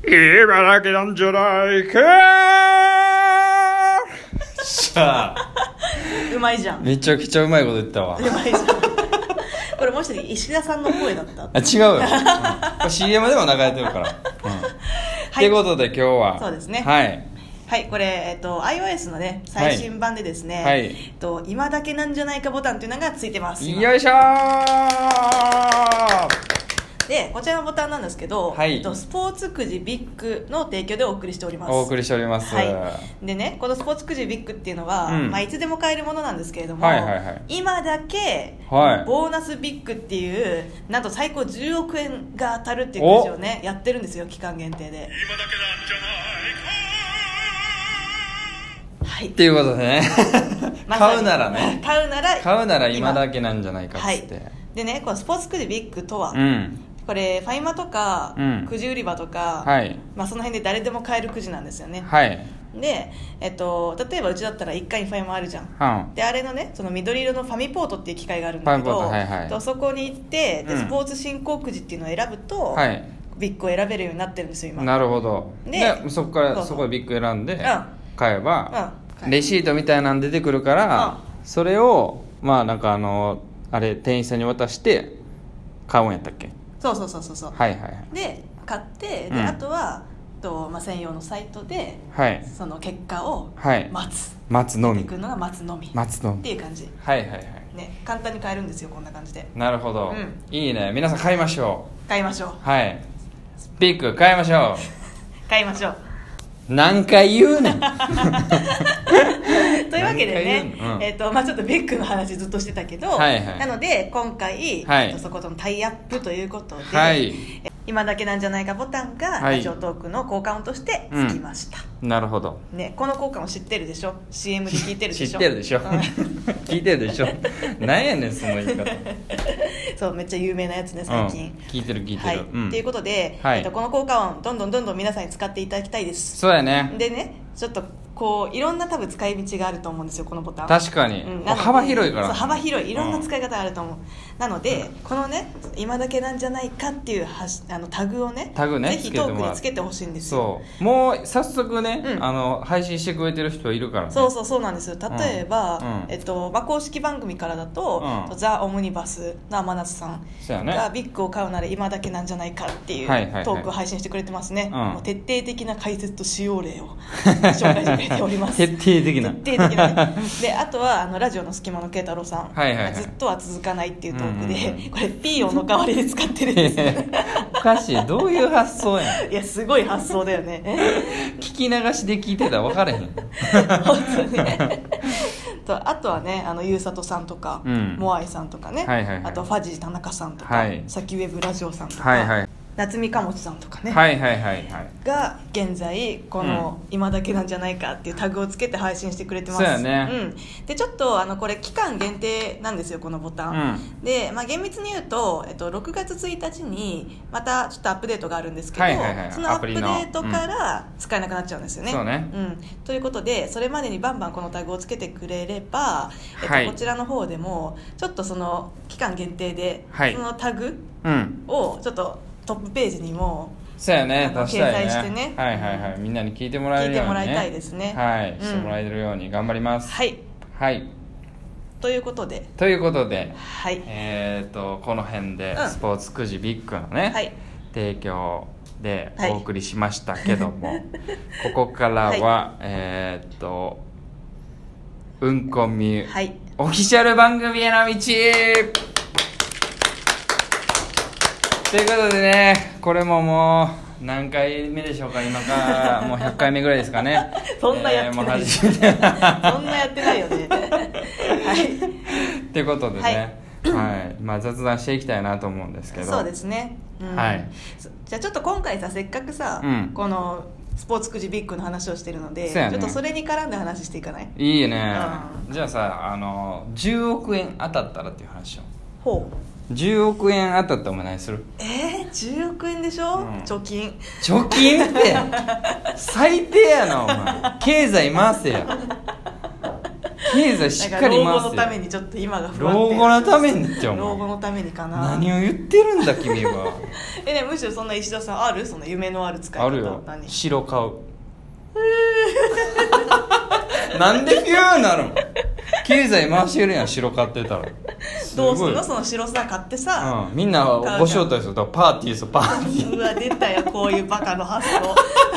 今だけなんじゃないかさあうまいじゃん。 めちゃくちゃうまいこと言ったわ。 うまいじゃん。これもしかして石田さんの声だった？ あ、違うよ、これ CM でも流れてるから、ということで今日はそうですね、 はい、 これ、iOS のね最新版でですね、 はい、 今だけなんじゃないかボタンというのがついてます。 よいしょー。 でこちらのボタンなんですけど、 はい、 スポーツくじビッグの提供でお送りしております。 お送りしております、 はい、でねこのスポーツくじビッグっていうのは、いつでも買えるものなんですけれども、今だけ、ボーナスビッグっていうなんと最高10億円が当たるっていうくじをねやってるんですよ、期間限定で。今だけなんじゃないか、はい、っていうことでね買うならね買うなら今だけなんじゃないかっつって、 でねこのスポーツくじビッグとは、これファイマとか、くじ売り場とか、その辺で誰でも買えるくじなんですよね。で、例えばうちだったら1階にファイマあるじゃん、であれのねその緑色のファミポートっていう機械があるんだけど、そこに行ってで、スポーツ振興くじっていうのを選ぶと、ビッグを選べるようになってるんですよ今。 なるほど。でそこでビッグ選んで買えば、レシートみたいなの出てくるから、それをなんかあれ店員さんに渡して買うんやったっけ。そう、で買って、であとは専用のサイトで、その結果を待つのみ、出てくるのが待つのみっていう感じ、ね、簡単に買えるんですよこんな感じで。なるほど、いいね。皆さん買いましょう。ビッグ買いましょう買いましょう。何回言うねんというわけでね、ちょっとビッグの話ずっとしてたけど、なので今回、そことのタイアップということで、今だけなんじゃないかボタンがラジオトークの効果音としてつきました、なるほど、ね、この効果音知ってるでしょ。 CM で聞いてるでしょ知ってるでしょ聞いてるでしょなんやねんその言い方そうめっちゃ有名なやつね最近、聞いてるっていうことで、この効果音どんどん皆さんに使っていただきたいです。そうやね。でねちょっとこういろんな多分使い道があると思うんですよこのボタン。確かに、幅広いから、幅広いいろんな使い方があると思う、なのでこのね今だけなんじゃないかっていうタグをねぜひトークにつけてほしいんですよ。そうもう早速ね、配信してくれてる人いるからね。そうなんですよ。例えば、公式番組からだと、ザ・オムニバスの天夏さんがビッグを買うなら今だけなんじゃないかっていうトークを配信してくれてますね。もう徹底的な解説と使用例を紹介してくれております徹底的なね、であとはラジオの隙間の慶太郎さん、ずっとは続かないっていうトークで、これピー音の代わりで使ってるんですおかしい。どういう発想やん。いやすごい発想だよね聞き流しで聞いてたら分からへん本当にあとはねゆうさとさんとか、モアイさんとかね、あとファジー田中さんとか、サキウェブラジオさんとか、夏見かもちさんとかね、が現在この今だけなんじゃないかっていうタグをつけて配信してくれてます。そうやね、でちょっとこれ期間限定なんですよこのボタン、で、厳密に言うと、6月1日にまたちょっとアップデートがあるんですけど、そのアップデートから使えなくなっちゃうんですよね。そうね、ということでそれまでにバンバンこのタグをつけてくれれば、こちらの方でもちょっとその期間限定で、そのタグをちょっとトップページにもそうやね、掲載してね、みんなに聞いてもらえるように、聞いてもらいたいですね。してもらえるように頑張ります。ということでこの辺でスポーツくじビッグのね、提供でお送りしましたけども、ここからはうんこみゅオフィシャル番組への道ということでね、これももう何回目でしょうか。今からもう100回目ぐらいですかねそんなやってない、そんなやってないよねってことでね、雑談していきたいなと思うんですけど。そうですね、じゃあちょっと今回させっかくさ、このスポーツくじビッグの話をしてるので、ちょっとそれに絡んで話していかない？いいね、じゃあさ10億円当たったらっていう話を。ほう、10億円当たったらお前何する？10億円でしょ、貯金って最低やなお前経済回せや経済しっかり回すよ。 老後のためにちょっと今が不安定。 老後のためにって老後のためにかな。 何を言ってるんだ君は。 ね、むしろそんな石田さんある？その夢のある使い方。 あるよ。城買う。なんでピューなの？経済回してるやん、城買ってたら。 どうすんの？その城さ買ってさ、 みんなご招待するとパーティーですよ、パーティー。 うわ出たよ、こういうバカの発想。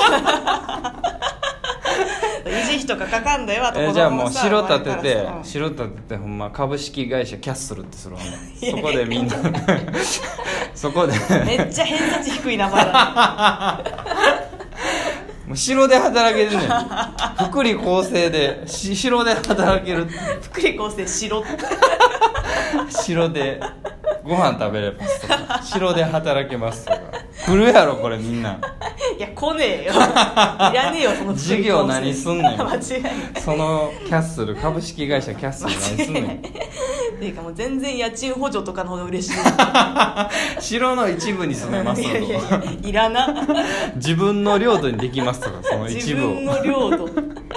維持費とかかかんだよ。あとじゃあもう城建ててほんま株式会社キャッスルってするわね。そこでみんなそこでめっちゃ偏差値低い名前だね。 もう城で働けるねん。福利厚生で城で働ける。 福利厚生城城でご飯食べれますとか、城で働けますとか来るやろこれみんな。 いや来ねえよ、いらねえよその事業何すんねん。 間違いない。 そのキャッスル、株式会社キャッスル何すんねん。 っていうかもう全然家賃補助とかの方が嬉しい。 城の一部に住めますとか、 いらな。 自分の領土にできますとか、その一部を。 自分の領土。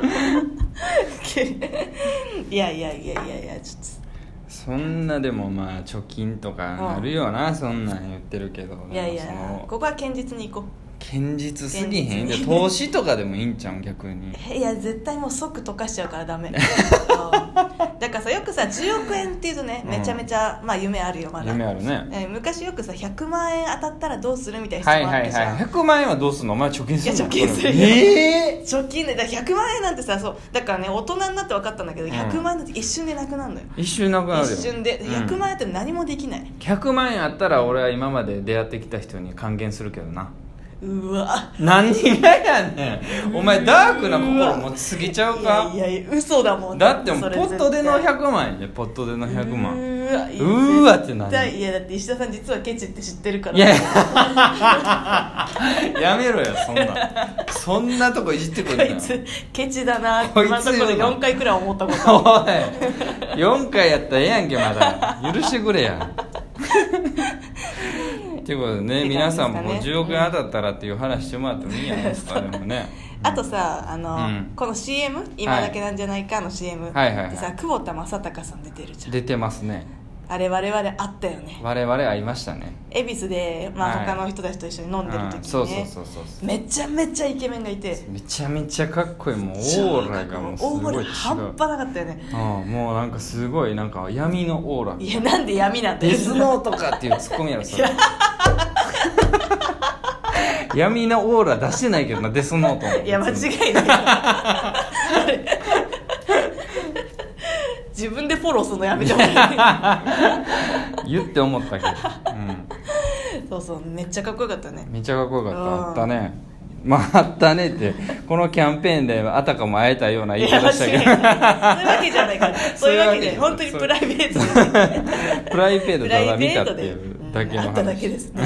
いやちょっとそんなでもまあ貯金とかなるよな、そんなん言ってるけど。 いやここは堅実にいこう。 堅実すぎへんで、投資とかでもいいんちゃうん逆に。 いや絶対もう即溶かしちゃうからダメ。だからさ、よくさ10億円っていうとね、めちゃめちゃまあ夢あるよまだ。 夢あるね。 昔よくさ100万円当たったらどうするみたいな質問あったじゃん。 100万円はどうするの？お前貯金するの？ いや貯金するよ。貯金でだから100万円なんてさ、そうだからね、大人になって分かったんだけど、100万円なんて一瞬でなくなるのよ。 一瞬なくなるよ。 一瞬で100万円って何もできない。 100万円あったら俺は今まで出会ってきた人に還元するけどな。 うわ何がやねん。お前ダークな心持ちすぎちゃうか。 いや嘘だもん。 だってもうポットでの100万円で、ポットでの100万。 うわって何？ いやだって石田さん実はケチって知ってるから。 いややめろよ、そんなとこいじってくるな。 こいつケチだな。 こいつ今のところ4回くらい思ったことある。 おい4回やったらええやんけ、まだ許してくれや。ということでね、皆さんも10億円当たったらっていう話してもらってもいいんじゃないですか。でもね、 あとさこの CM 今だけなんじゃないかの CM でさ、久保田正孝さん出てるじゃん。 出てますね。 あれ我々あったよね。 我々会いましたね。 恵比寿で、他の人たちと一緒に飲んでる時にね、めちゃめちゃイケメンがいて、 めちゃめちゃかっこいい。もうオーラがもうすごい違う。 半端なかったよね。 もうなんかすごいなんか闇のオーラ。 いやなんで闇なんだよ。 デスノートかっていうツッコミやろそれ。闇のオーラ出してないけどな、デスノートも。 いや間違いない。自分でフォローするのやめてもらえ。言って思ったけど、 そうめっちゃかっこよかったね。 めっちゃかっこよかった。あったね。あったねってこのキャンペーンであたかも会えたような言い方したけど、そういうわけじじゃないからそういうわけで本当にプライベートでプライベートただ見たっていうだけの話、 あっただけですね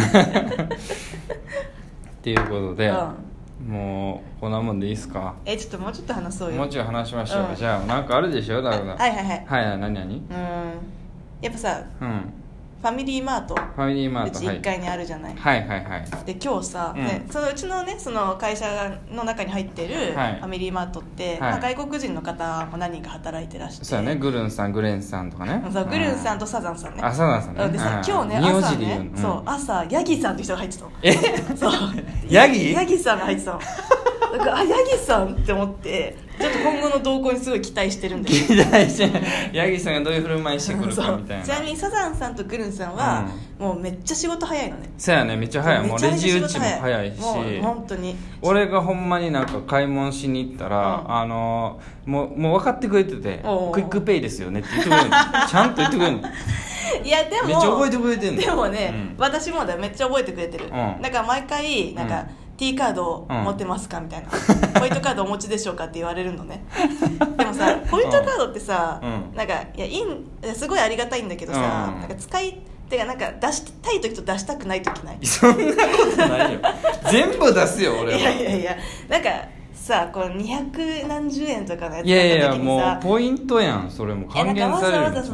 っていうことで、もうこんなもんでいいっすか。 ちょっともうちょっと話そうよ。 もうちょい話しましょう、じゃあなんかあるでしょだからはいはいはいはい何やっぱさ、ファミリーマート、うち1階にあるじゃない。 はいはいはい。 で今日さ、そのうちのねその会社の中に入ってるファミリーマートって、外国人の方も何人か働いてらして、 そうね、グルンさんグレンさんとかね。 そうグルンさんとサザンさんね。 あ、サザンさんね。 でさ今日ね朝ね、そう朝ヤギさんって人が入ってたの。そうヤギさんが入ってたの。だからヤギさんって思ってちょっと今後の動向にすごい期待してるんで。 期待してヤギさんがどういう振る舞いしてくるかみたいな。 ちなみにサザンさんとグルンさんは、もうめっちゃ仕事早いのね。 そうやね、めっちゃ早い。もうレジ打ちも早いし、 もう本当に俺がほんまになんか買い物しに行ったら、もう分かってくれててクイックペイですよねって言ってくれるの。ちゃんと言ってくれるの。 いやでもめっちゃ覚えてくれてんの。 でもね、私もめっちゃ覚えてくれてる。だから毎回なんか、T カード持ってますかみたいな、ポイントカードお持ちでしょうかって言われるのね。でもさポイントカードってさ、なんかすごいありがたいんだけどさ、なんか使いてかなんか出したい時と出したくない時ない？ そんなことないよ。全部出すよ俺は。 いやなんかさ、この200何十円とかのやついやもうポイントやん。それも還元される。 わざわざその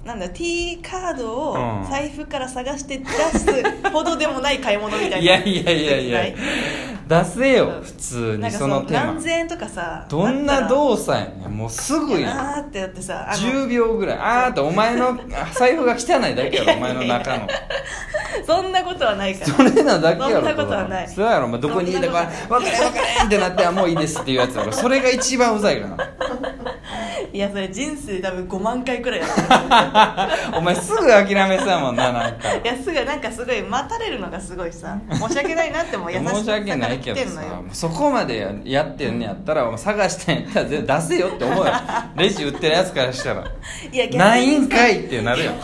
なんだ T カードを財布から探して出すほどでもない買い物みたいな。 いや出せよ、普通にその手間。 何千円とかさ、 どんな動作やねん、もうすぐやん。 あーってやってさ、 10秒ぐらいあーって、お前の財布が汚いだけやろ、お前の中の。 そんなことはないから。 それなだけやろ。 そんなことはない。 そうやろ、どこにいたか分かれんってなって、もういいですっていうやつやろ。それが一番うざいから。 いや、それ人生多分5万回くらいやってる。 お前すぐ諦めそうやもんな、なんか。 いや、なんかすごい待たれるのがすごいさ、申し訳ないなっても優しさ申し訳ないけどさ、そこまでやってんねやったら、探してんやったら全然出せよって思うよ。レジ売ってるやつからしたら。いや、ないんかいってなるよ。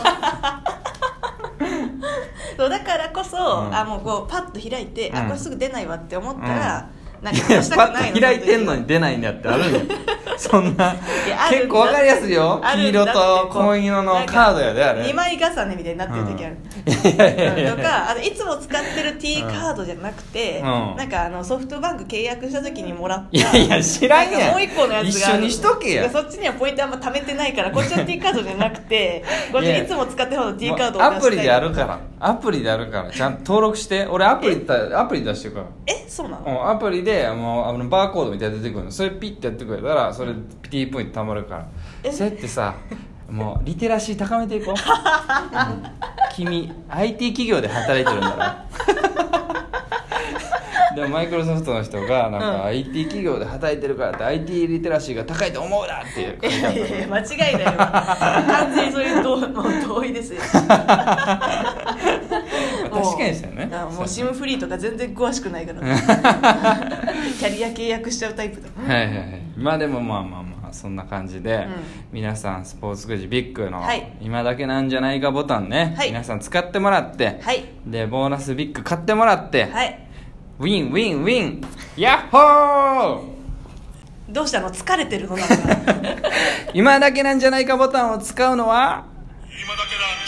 そうだからこそ、もうこうパッと開いて、これすぐ出ないわって思ったら、なんかしたくないの。 パッと開いてんのに出ないんだってあるんよ。そんな結構わかりやすいよ。黄色と紺色のカードやで、あれ 2枚重ねみたいになってる時ある、とかいつも使ってる T カードじゃなくて、なんかソフトバンク契約した時にもらった、 いや知らんやん、 もう一個のやつが一緒にしとけや。 そっちにはポイントあんま貯めてないから、こっちの T カードじゃなくて、こっちいつも使ってる方の T カードを出したい。 アプリであるからちゃんと登録して。俺アプリ出してるから。 そうなの？ アプリでもうバーコードみたいなの出てくるの。それピッてやってくれたら、それ T ポイント貯まるから。そうやってさ、もうリテラシー高めていこう。君 IT 企業で働いてるんだろ。でもマイクロソフトの人がなんか IT 企業で働いてるからって IT リテラシーが高いと思うなっていう。 いや間違いないわ。完全にそういう同意ですよ。 確かにですよね。 もうシムフリーとか全然詳しくないから。キャリア契約しちゃうタイプだ。 はいはいはい。まあでもまあそんな感じで、皆さんスポーツくじビッグの今だけなんじゃないかボタンね、皆さん使ってもらって、でボーナスビッグ買ってもらって、ウィンウィンウィンヤッホー。 どうしたの？疲れてるの？なんか今だけなんじゃないかボタンを使うのは今だけなん